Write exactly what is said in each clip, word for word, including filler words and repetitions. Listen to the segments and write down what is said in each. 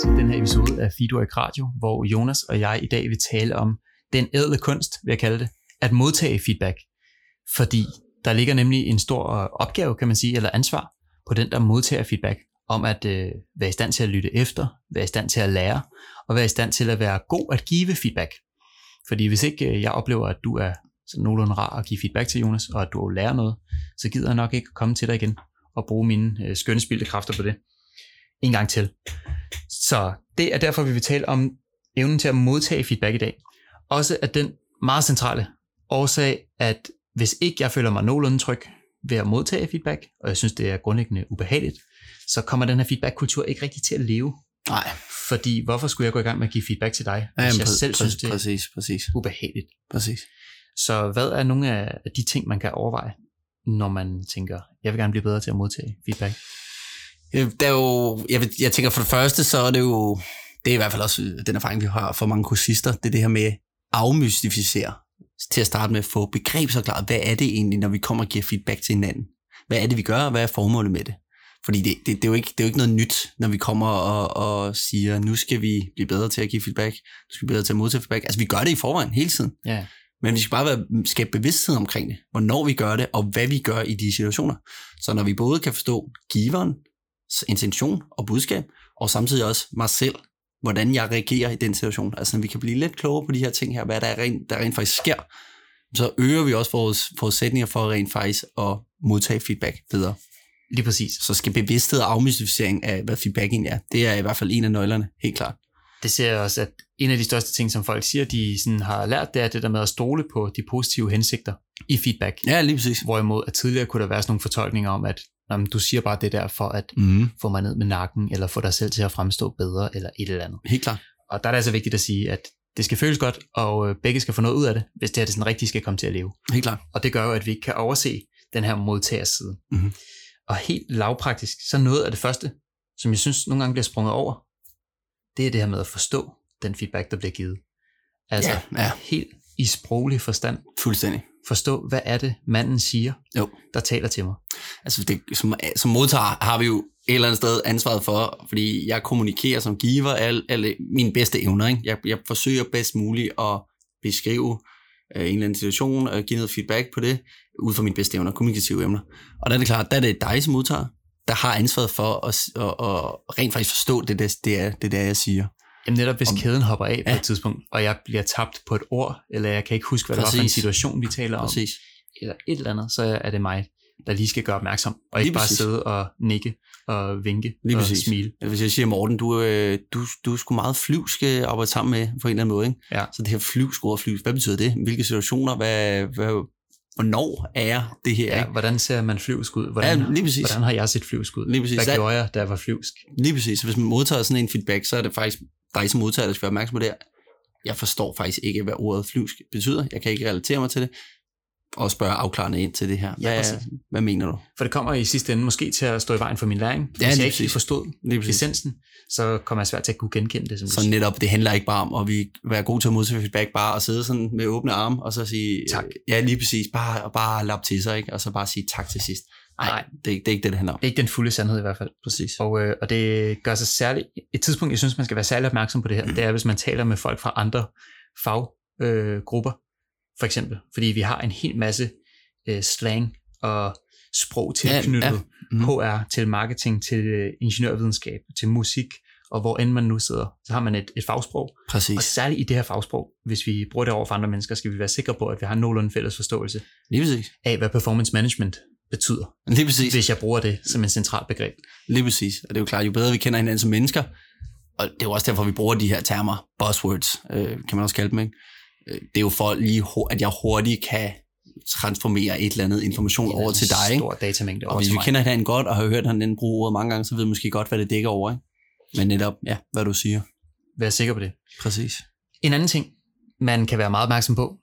til den her episode af Feedwork Radio, hvor Jonas og jeg i dag vil tale om den ædle kunst, vil jeg kalde det, at modtage feedback. Fordi der ligger nemlig en stor opgave, kan man sige, eller ansvar på den, der modtager feedback, om at øh, være i stand til at lytte efter, være i stand til at lære, og være i stand til at være god at give feedback. Fordi hvis ikke øh, jeg oplever, at du er sådan nogenlunde rar at give feedback til, Jonas, og at du lærer noget, så gider jeg nok ikke komme til dig igen og bruge mine øh, skønne spildte kræfter på det en gang til. Så det er derfor, vi vil tale om evnen til at modtage feedback i dag. Også af den meget centrale årsag, at hvis ikke jeg føler mig nogenlunde tryg ved at modtage feedback, og jeg synes, det er grundlæggende ubehageligt, så kommer den her feedback-kultur ikke rigtig til at leve. Nej. Fordi hvorfor skulle jeg gå i gang med at give feedback til dig, hvis Jamen, jeg præ- selv synes, det er præcis, præcis. ubehageligt? Præcis. Så hvad er nogle af de ting, man kan overveje, når man tænker, jeg vil gerne blive bedre til at modtage feedback? Der er jo, jeg, jeg tænker for det første, så er det jo, det er i hvert fald også den erfaring, vi har for mange kursister, det er det her med at afmystificere, til at starte med at få begrebsforklaret, hvad er det egentlig, når vi kommer og giver feedback til hinanden? Hvad er det, vi gør, og hvad er formålet med det? Fordi det, det, det, er, jo ikke, det er jo ikke noget nyt, når vi kommer og, og siger, nu skal vi blive bedre til at give feedback, nu skal vi blive bedre til at modtage feedback. Altså vi gør det i forvejen hele tiden, ja. Men vi skal bare være, skabe bevidsthed omkring det, hvornår vi gør det, og hvad vi gør i de situationer. Så når vi både kan forstå giverens intention og budskab, og samtidig også mig selv, hvordan jeg reagerer i den situation. Altså når vi kan blive lidt klogere på de her ting her, hvad der, er rent, der rent faktisk sker, så øger vi også vores forudsætninger for rent faktisk at modtage feedback bedre. Lige præcis. Så skal bevidsthed og afmystificering af, hvad feedback egentlig er, det er i hvert fald en af nøglerne, helt klart. Det ser jeg også, at en af de største ting, som folk siger, de sådan har lært, det er det der med at stole på de positive hensigter i feedback. Ja, lige præcis. Hvorimod, at tidligere kunne der være sådan nogle fortolkninger om, at jamen, du siger bare det der for at mm. få mig ned med nakken, eller få dig selv til at fremstå bedre, eller et eller andet. Helt klart. Og der er det altså vigtigt at sige, at det skal føles godt, og begge skal få noget ud af det, hvis det her det sådan rigtigt skal komme til at leve. Helt klart. Og det gør jo, at vi ikke kan overse den her modtagerside. Mm-hmm. Og helt lavpraktisk, så noget af det første, som jeg synes nogle gange bliver sprunget over, det er det her med at forstå den feedback, der bliver givet. Altså ja, ja. helt i sproglig forstand. Fuldstændig. Forstå, hvad er det, manden siger, jo. der taler til mig. Altså det, som, som modtager har vi jo et eller andet sted ansvaret for, fordi jeg kommunikerer som giver alle, alle mine bedste evner. Ikke? Jeg, jeg forsøger bedst muligt at beskrive øh, en eller anden situation, og give noget feedback på det, ud fra mine bedste evner, kommunikative evner. Og der er det klart, der er det dig som modtager, der har ansvaret for at, at, at rent faktisk forstå det, det, det, er, det der, jeg siger. Jamen netop, hvis Om, kæden hopper af på ja. et tidspunkt, og jeg bliver tabt på et ord, eller jeg kan ikke huske, hvad Præcis. det var for en situation, vi taler om, Præcis. eller et eller andet, så er det mig, der lige skal gøre opmærksom, og ikke lige bare præcis. sidde og nikke og vinke lige og præcis. smile. Hvis jeg siger, Morten, du, du, du er sgu meget flyvsk at arbejde sammen med, på en eller anden måde. Ikke? Ja. Så det her flyvsk, ord flyvsk, hvad betyder det? Hvilke situationer? Hvad, hvad, hvornår er det her? Ja, ikke? hvordan ser man flyvsk ud? Hvordan, Ja, lige præcis. hvordan har jeg set flyvsk ud? Lige præcis. Hvad Så- gjorde jeg, da jeg var flyvsk? Lige præcis. Så hvis man modtager sådan en feedback, så er det faktisk dig som modtager, der skal være opmærksom på det her. Jeg forstår faktisk ikke, hvad ordet flyvsk betyder. Jeg kan ikke relatere mig til det. Og spørge afklarende ind til det her. Hvad, Ja, hvad mener du? For det kommer i sidste ende måske til at stå i vejen for min læring. Hvis Ja, jeg lige ikke præcis. forstod Lige præcis. essensen, så kommer jeg svært til at kunne genkende det. Som du Så siger. netop, det handler ikke bare om at vi være gode til at modtage feedback, bare at sidde sådan med åbne arme, og så sige, Tak. Ja, lige præcis, bare, bare lap til sig, ikke? Og så bare sige tak til sidst. Nej, Nej. det, er ikke- det er ikke det, det handler om. Ikke den fulde sandhed i hvert fald. Præcis. Og, øh, og det gør sig særligt, et tidspunkt, jeg synes, man skal være særlig opmærksom på det her, det er, hvis man taler med folk fra andre faggrupper, øh, grupper, for eksempel. Fordi vi har en hel masse øh, slang og sprog tilknyttet, Ja, ja. Mhm. H R til marketing, til øh, ingeniørvidenskab, til musik, og hvor end man nu sidder, så har man et, et fagsprog. Præcis. Og særligt i det her fagsprog, hvis vi bruger det over for andre mennesker, skal vi være sikre på, at vi har nogenlunde fælles forståelse Lige præcis. af, hvad performance management betyder, Lige præcis. hvis jeg bruger det som en central begreb. Lige præcis. Og det er jo klart, jo bedre vi kender hinanden som mennesker, og det er jo også derfor, vi bruger de her termer, buzzwords, øh, kan man også kalde dem, ikke? Øh, Det er jo for lige, hu- at jeg hurtigt kan transformere et eller andet information over til dig, ikke? Stor datamængde Og over hvis til vi mig. kender hinanden godt, og har hørt hinanden bruge ordet mange gange, så ved vi måske godt, hvad det dækker over, ikke? Men netop, ja, hvad du siger. Vær sikker på det. Præcis. En anden ting, man kan være meget opmærksom på,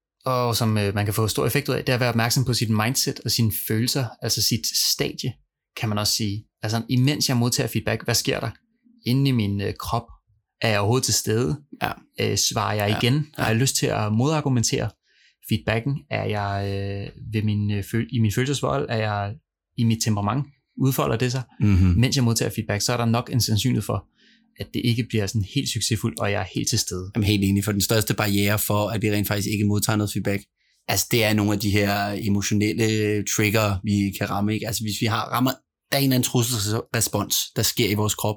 og som øh, man kan få stor effekt ud af, det er at være opmærksom på sit mindset og sine følelser, altså sit stadie, kan man også sige. Altså imens jeg modtager feedback, hvad sker der inde i min øh, krop? Er jeg overhovedet til stede? Ja. Øh, svarer jeg Ja. igen? Ja. Har jeg lyst til at modargumentere feedbacken? Er jeg øh, ved min, øh, føl- i min følelsesvold? Er jeg i mit temperament? Udfolder det sig? Mm-hmm. Mens jeg modtager feedback, så er der nok en sandsynlighed for, at det ikke bliver sådan helt succesfuldt, og jeg er helt til stede. Jeg er helt enig, for den største barriere for, at vi rent faktisk ikke modtager noget feedback, altså det er nogle af de her emotionelle trigger, vi kan ramme. Ikke? Altså hvis vi har rammer, der er en eller anden trusselsrespons, der sker i vores krop,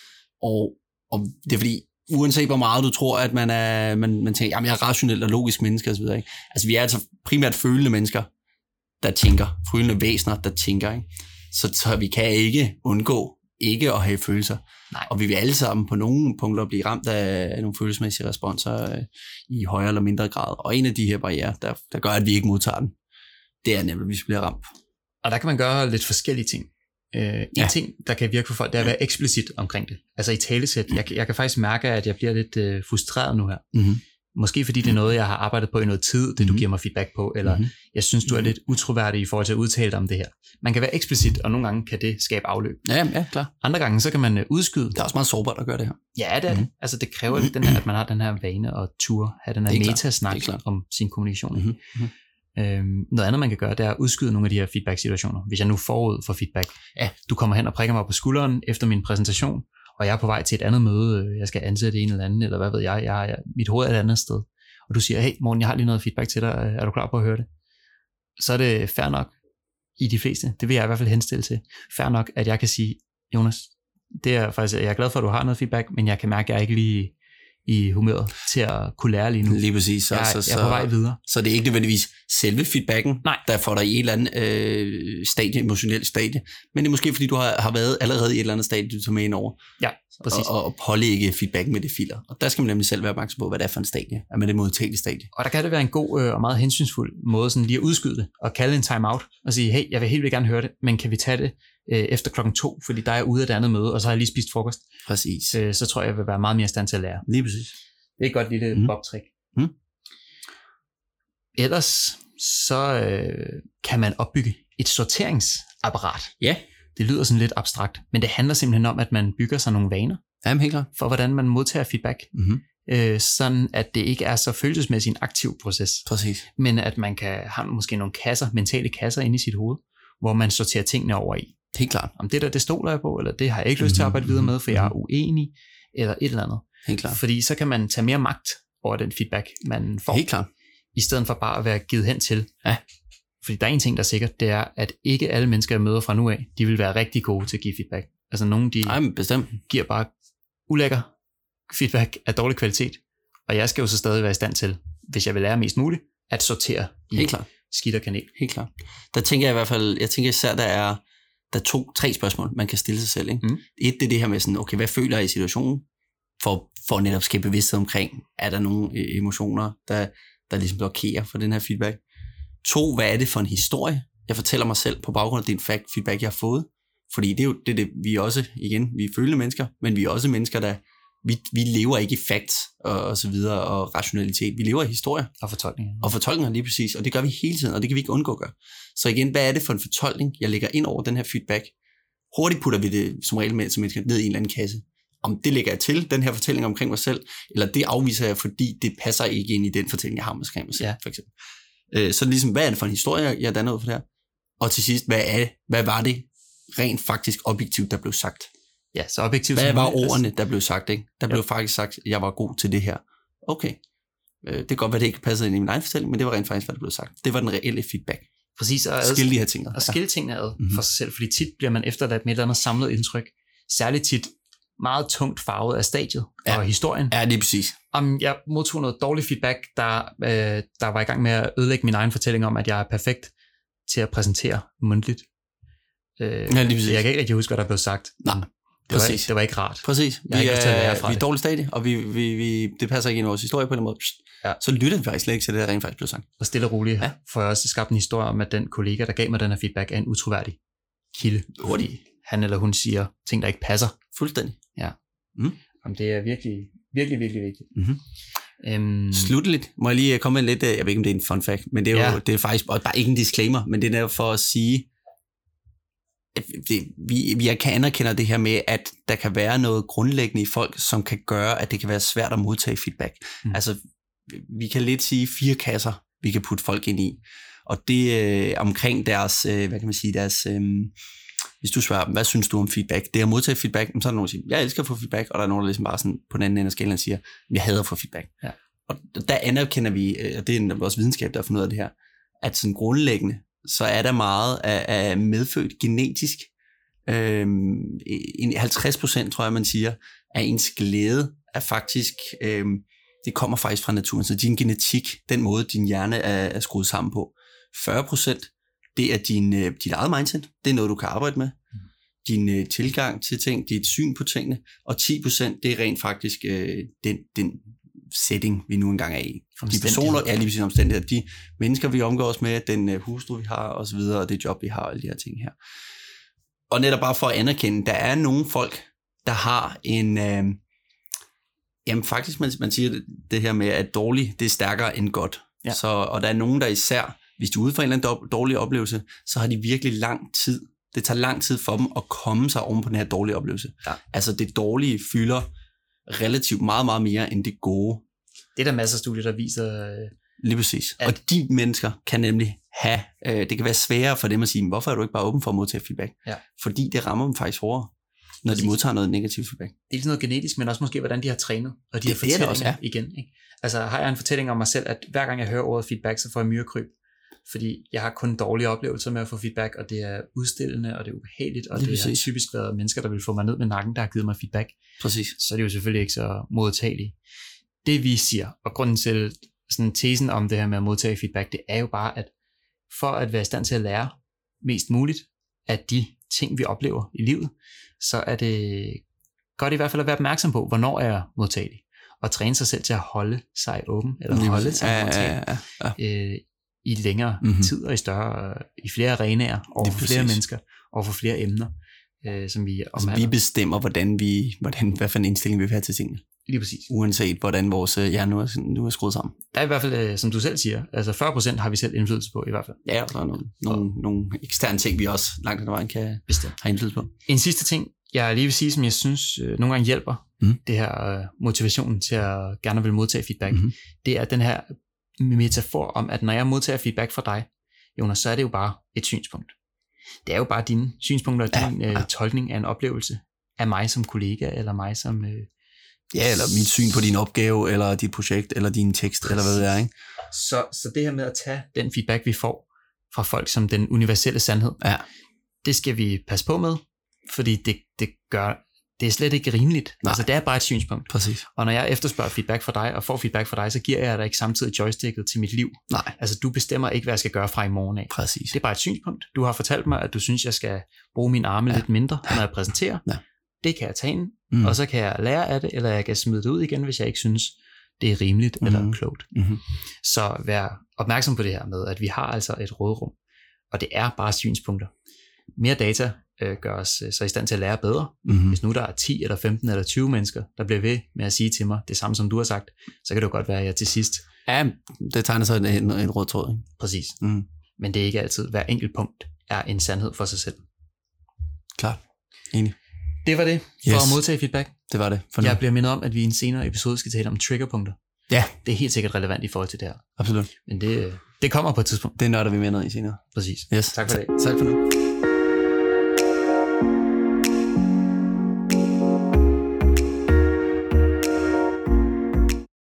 og, og det er fordi, uanset hvor meget du tror, at man er, man, man tænker, jamen jeg er rationel og logisk menneske osv. Ikke? Altså vi er altså primært følende mennesker, der tænker, følende væsener, der tænker. Ikke? Så, så vi kan ikke undgå ikke at have følelser. Nej. Og vi vil alle sammen på nogle punkter blive ramt af nogle følelsesmæssige responser øh, i højere eller mindre grad. Og en af de her barrierer, der, der gør, at vi ikke modtager den, det er nemlig, at vi bliver ramt. Og der kan man gøre lidt forskellige ting. Øh, en Ja. ting, der kan virke for folk, det er at være eksplicit omkring det. Altså i talesæt. Jeg, jeg kan faktisk mærke, at jeg bliver lidt øh, frustreret nu her. Mm-hmm. Måske fordi det er noget, jeg har arbejdet på i noget tid, det du Mhm. giver mig feedback på, eller Mhm. jeg synes, du er lidt utroværdig i forhold til at udtale dig om det her. Man kan være eksplicit, og nogle gange kan det skabe afløb. Ja, ja, klar. Andre gange, så kan man øh, udskyde. Det er også meget sårbart at gøre det her. Ja, det er det. Mhm. Altså det kræver lidt den her, at man har den her vane og tur, have den her Det er klart. metasnak Det er klart. om sin kommunikation. Mm-hmm. Mm-hmm. Øhm, noget andet, man kan gøre, det er at udskyde nogle af de her feedback-situationer. Hvis jeg nu forud for feedback, Ja. du kommer hen og prikker mig på skulderen efter min præsentation, og jeg er på vej til et andet møde, jeg skal ansætte en eller anden, eller hvad ved jeg, jeg, jeg mit hoved er et andet sted. Og du siger, hey Morten, jeg har lige noget feedback til dig, er du klar på at høre det? Så er det fair nok i de fleste, det vil jeg i hvert fald henstille til, fair nok, at jeg kan sige, Jonas, det er faktisk, jeg er glad for, at du har noget feedback, men jeg kan mærke, at jeg er ikke lige i humøret til at kunne lære lige nu. Lige præcis. Så, Jeg, så, så, jeg er på vej videre. så det er ikke nødvendigvis selve feedbacken, Nej. der får dig i et eller andet øh, stadie, emotionelt stadie, men det er måske fordi, du har, har været allerede i et eller andet stadie, du tager med ind over, Ja, præcis. og, og pålægge feedback med det filter. Og der skal man nemlig selv være opmærksom på, hvad det er for en stadie, er med det modtagelige stadie. Og der kan det være en god øh, og meget hensynsfuld måde sådan lige at udskyde det, og kalde en time-out, og sige, hey, jeg vil helt vildt gerne høre det, men kan vi tage det øh, efter klokken to, fordi der er ude af det andet møde, og så har jeg lige spist frokost. Præcis. Øh, så tror jeg, jeg vil være meget mere i stand til at lære. Lige præcis. Det er et godt lille Mm. mm. bobtrick. Mm. Ellers så øh, kan man opbygge et sorteringsapparat. Ja. Det lyder sådan lidt abstrakt, men det handler simpelthen om, at man bygger sig nogle vaner Jamen, helt klart. for, hvordan man modtager feedback, Mm-hmm. øh, sådan at det ikke er så følelsesmæssigt en aktiv proces, Præcis. men at man kan have måske nogle kasser, mentale kasser inde i sit hoved, hvor man sorterer tingene over i. Helt klart. Om det der, det stoler jeg på, eller det har jeg ikke lyst til at arbejde videre med, for jeg er uenig, eller et eller andet. Helt klart. Fordi så kan man tage mere magt over den feedback, man får, Helt klart. i stedet for bare at være givet hen til. Ja. Fordi der er en ting, der er sikkert, det er, at ikke alle mennesker, jeg møder fra nu af, de vil være rigtig gode til at give feedback. Altså nogen, de Nej, men bestemt. giver bare ulækker feedback af dårlig kvalitet, og jeg skal jo så stadig være i stand til, hvis jeg vil lære mest muligt, at sortere i Helt klart. skidt og kanel. Helt klart. Der tænker jeg i hvert fald, jeg tænker især, der er, der er to, tre spørgsmål, man kan stille sig selv. Ikke? Mm. Et, det er det her med sådan, okay, hvad føler jeg i situationen? For, for netop skabe bevidsthed omkring, er der nogle øh, emotioner, der, der ligesom blokerer for den her feedback? To, hvad er det for en historie, jeg fortæller mig selv på baggrund af den fact, feedback, jeg har fået? Fordi det er jo det, det, vi er også, igen, vi er følende mennesker, men vi er også mennesker, der, vi, vi lever ikke i facts og, og så videre, og rationalitet. Vi lever i historier Og fortolkninger. og fortolkninger lige præcis, og det gør vi hele tiden, og det kan vi ikke undgå at gøre. Så igen, hvad er det for en fortolkning, jeg lægger ind over den her feedback? Hurtigt putter vi det som regel med, som mennesker ned i en eller anden kasse. Om det lægger jeg til, den her fortælling omkring mig selv, eller det afviser jeg, fordi det passer ikke ind i den fortælling, jeg har omkring mig selv, Ja. for eksempel. Øh, så ligesom, hvad er det for en historie, jeg danner ud for det her? Og til sidst, hvad er det? Hvad var det rent faktisk objektivt, der blev sagt? Ja, så objektivt. Hvad som var muligt. ordene, der blev sagt? Ikke? Der blev faktisk sagt, at jeg var god til det her. Okay. Øh, det kan godt være, det ikke passede ind i min egen fortælling, men det var rent faktisk, hvad der blev sagt. Det var den reelle feedback. Præcis, og Skille de her ting ad. og skille tingene ad Mhm. for sig selv, fordi tit bliver man efterladt med et eller andet samlet indtryk, særligt tit meget tungt farvet af stadiet Ja. og historien. Ja, det er præcis. Om jeg modtog noget dårlig feedback, der, øh, der var i gang med at ødelægge min egen fortælling om, at jeg er perfekt til at præsentere mundtligt. Øh, Ja, lige præcis. jeg kan ikke rigtig huske, hvad der blev sagt. Nej, men det var, præcis. det var ikke rart. Præcis. Jeg har Vi ikke lyst til at lære er, fra vi er det. dårligt stadie, og vi, vi, vi, det passer ikke ind i vores historie på den måde. Ja. Så lytter vi faktisk slet ikke til det, der rent faktisk blev sagt. Og stille og roligt Ja. ja. får jeg også skabt en historie om, at den kollega, der gav mig den her feedback, er en utroværdig kilde. Fordi han eller hun siger ting, der ikke passer. Fuldstændig. Om det er virkelig, virkelig, virkelig vigtigt. Mhm. Øhm, Slutteligt må jeg lige komme med lidt, jeg ved ikke, om det er en fun fact, men det er jo Ja. det er faktisk og bare ikke en disclaimer, men det er for at sige, at det, vi, vi kan anerkende det her med, at der kan være noget grundlæggende i folk, som kan gøre, at det kan være svært at modtage feedback. Mm. Altså, vi kan lidt sige fire kasser, vi kan putte folk ind i, og det øh, omkring deres, øh, hvad kan man sige, deres, øh, hvis du spørger dem, hvad synes du om feedback? Det at modtage feedback, så er der nogen, der siger, jeg elsker at få feedback, og der er nogen, der ligesom bare sådan på den anden ende af skalaen siger, jeg hader at få feedback. Ja. Og der anerkender vi, og det er vores videnskab, der har fundet ud af det her, at sådan grundlæggende, så er der meget af, af medfødt genetisk, øhm, halvtreds procent tror jeg, man siger, af ens glæde er faktisk, øhm, det kommer faktisk fra naturen, så din genetik, den måde din hjerne er, er skruet sammen på. fyrre procent, det er din, dit eget mindset, det er noget, du kan arbejde med. Mm. Din uh, tilgang til ting, dit syn på tingene, og ti procent, det er rent faktisk uh, den, den setting, vi nu engang er i. De personer, ja, lige præcis omstændigheder, de mennesker, vi omgår os med, den uh, hustru, vi har, og så videre, og det job, vi har, og alle de her ting her. Og netop bare for at anerkende, der er nogle folk, der har en, uh, jamen faktisk, man, man siger det, det her med, at dårligt, det er stærkere end godt. Ja. Så, og der er nogen, der især, hvis de er ude for en eller anden dårlig oplevelse, så har de virkelig lang tid. Det tager lang tid for dem at komme sig oven på den her dårlige oplevelse. Ja. Altså det dårlige fylder relativt meget, meget mere end det gode. Det er der masser af studier, der viser. Øh, Lige præcis. At... Og de mennesker kan nemlig have, øh, det kan være sværere for dem at sige, hvorfor er du ikke bare åben for at modtage feedback? Ja. Fordi det rammer dem faktisk hårdere, når præcis. De modtager noget negativ feedback. Det er ligesom noget genetisk, men også måske, hvordan de har trænet, og de det, har fortællinger også, ja. Igen. Ikke? Altså har jeg en fortælling om mig selv, at hver gang jeg hører ordet feedback, så får jeg myrekryb. Fordi jeg har kun dårlige oplevelser med at få feedback, og det er udstillende, og det er ubehageligt, og det, det har typisk været mennesker, der vil få mig ned med nakken, der har givet mig feedback. Præcis. Så er det jo selvfølgelig ikke så modtageligt. Det vi siger, og grunden til sådan tesen om det her med at modtage feedback, det er jo bare, at for at være i stand til at lære mest muligt af de ting, vi oplever i livet, så er det godt i hvert fald at være opmærksom på, hvornår er jeg modtagelig, og træne sig selv til at holde sig åben, eller holde sig ja, modtagelig. Ja, ja, ja. Øh, i længere mm-hmm. tid og i større, i flere arenaer, over for flere mennesker, over for flere emner, øh, som vi altså, vi bestemmer, hvordan vi, hvordan, hvad for en indstilling vi vil have til tingene. Lige præcis. Uanset hvordan vores hjerne nu er, nu er skruet sammen. Der er i hvert fald, som du selv siger, altså fyrre procent har vi selv indflydelse på i hvert fald. Ja, og der er nogle, nogle, nogle eksterne ting, vi også langt ad vejen kan Bestemt. have indflydelse på. En sidste ting, jeg lige vil sige, som jeg synes øh, nogle gange hjælper, mm. det her øh, motivationen til at gerne vil modtage feedback, mm-hmm. det er den her metafor om, at når jeg modtager feedback fra dig, Jonas, så er det jo bare et synspunkt. Det er jo bare dine synspunkter og din ja, ja. Øh, tolkning af en oplevelse af mig som kollega, eller mig som... Øh, ja, eller mit syn på din opgave, eller dit projekt, eller din tekst, præcis. Eller hvad det er, ikke? Så, så det her med at tage den feedback, vi får fra folk som den universelle sandhed, ja. Det skal vi passe på med, fordi det, det gør... Det er slet ikke rimeligt. Nej. Altså, det er bare et synspunkt. Præcis. Og når jeg efterspørger feedback fra dig, og får feedback fra dig, så giver jeg dig ikke samtidig joysticket til mit liv. Nej. Altså, du bestemmer ikke, hvad jeg skal gøre fra i morgen af. Præcis. Det er bare et synspunkt. Du har fortalt mig, at du synes, jeg skal bruge mine arme ja. Lidt mindre, når jeg præsenterer. Ja. Det kan jeg tage ind, mm. og så kan jeg lære af det, eller jeg kan smide det ud igen, hvis jeg ikke synes, det er rimeligt mm. eller klogt. Mm-hmm. Så vær opmærksom på det her med, at vi har altså et råderum, og det er bare synspunkter. Mere data øh, gør os øh, så i stand til at lære bedre. Mm-hmm. Hvis nu der er ti eller femten eller tyve mennesker, der bliver ved med at sige til mig det samme, som du har sagt, så kan det jo godt være, at jeg til sidst... Ja, det tegner sig en, en, en rød tråd. Ikke? Præcis. Mm. Men det er ikke altid. Hver enkelt punkt er en sandhed for sig selv. Klart. Enig. Det var det for yes. at modtage feedback. Det var det. Jeg bliver mindet om, at vi i en senere episode skal tale om triggerpunkter. Ja. Det er helt sikkert relevant i forhold til det her. Absolut. Men det, det kommer på et tidspunkt. Det nørder vi med ned i senere. Præcis. Yes. Tak for det. Tak for nu.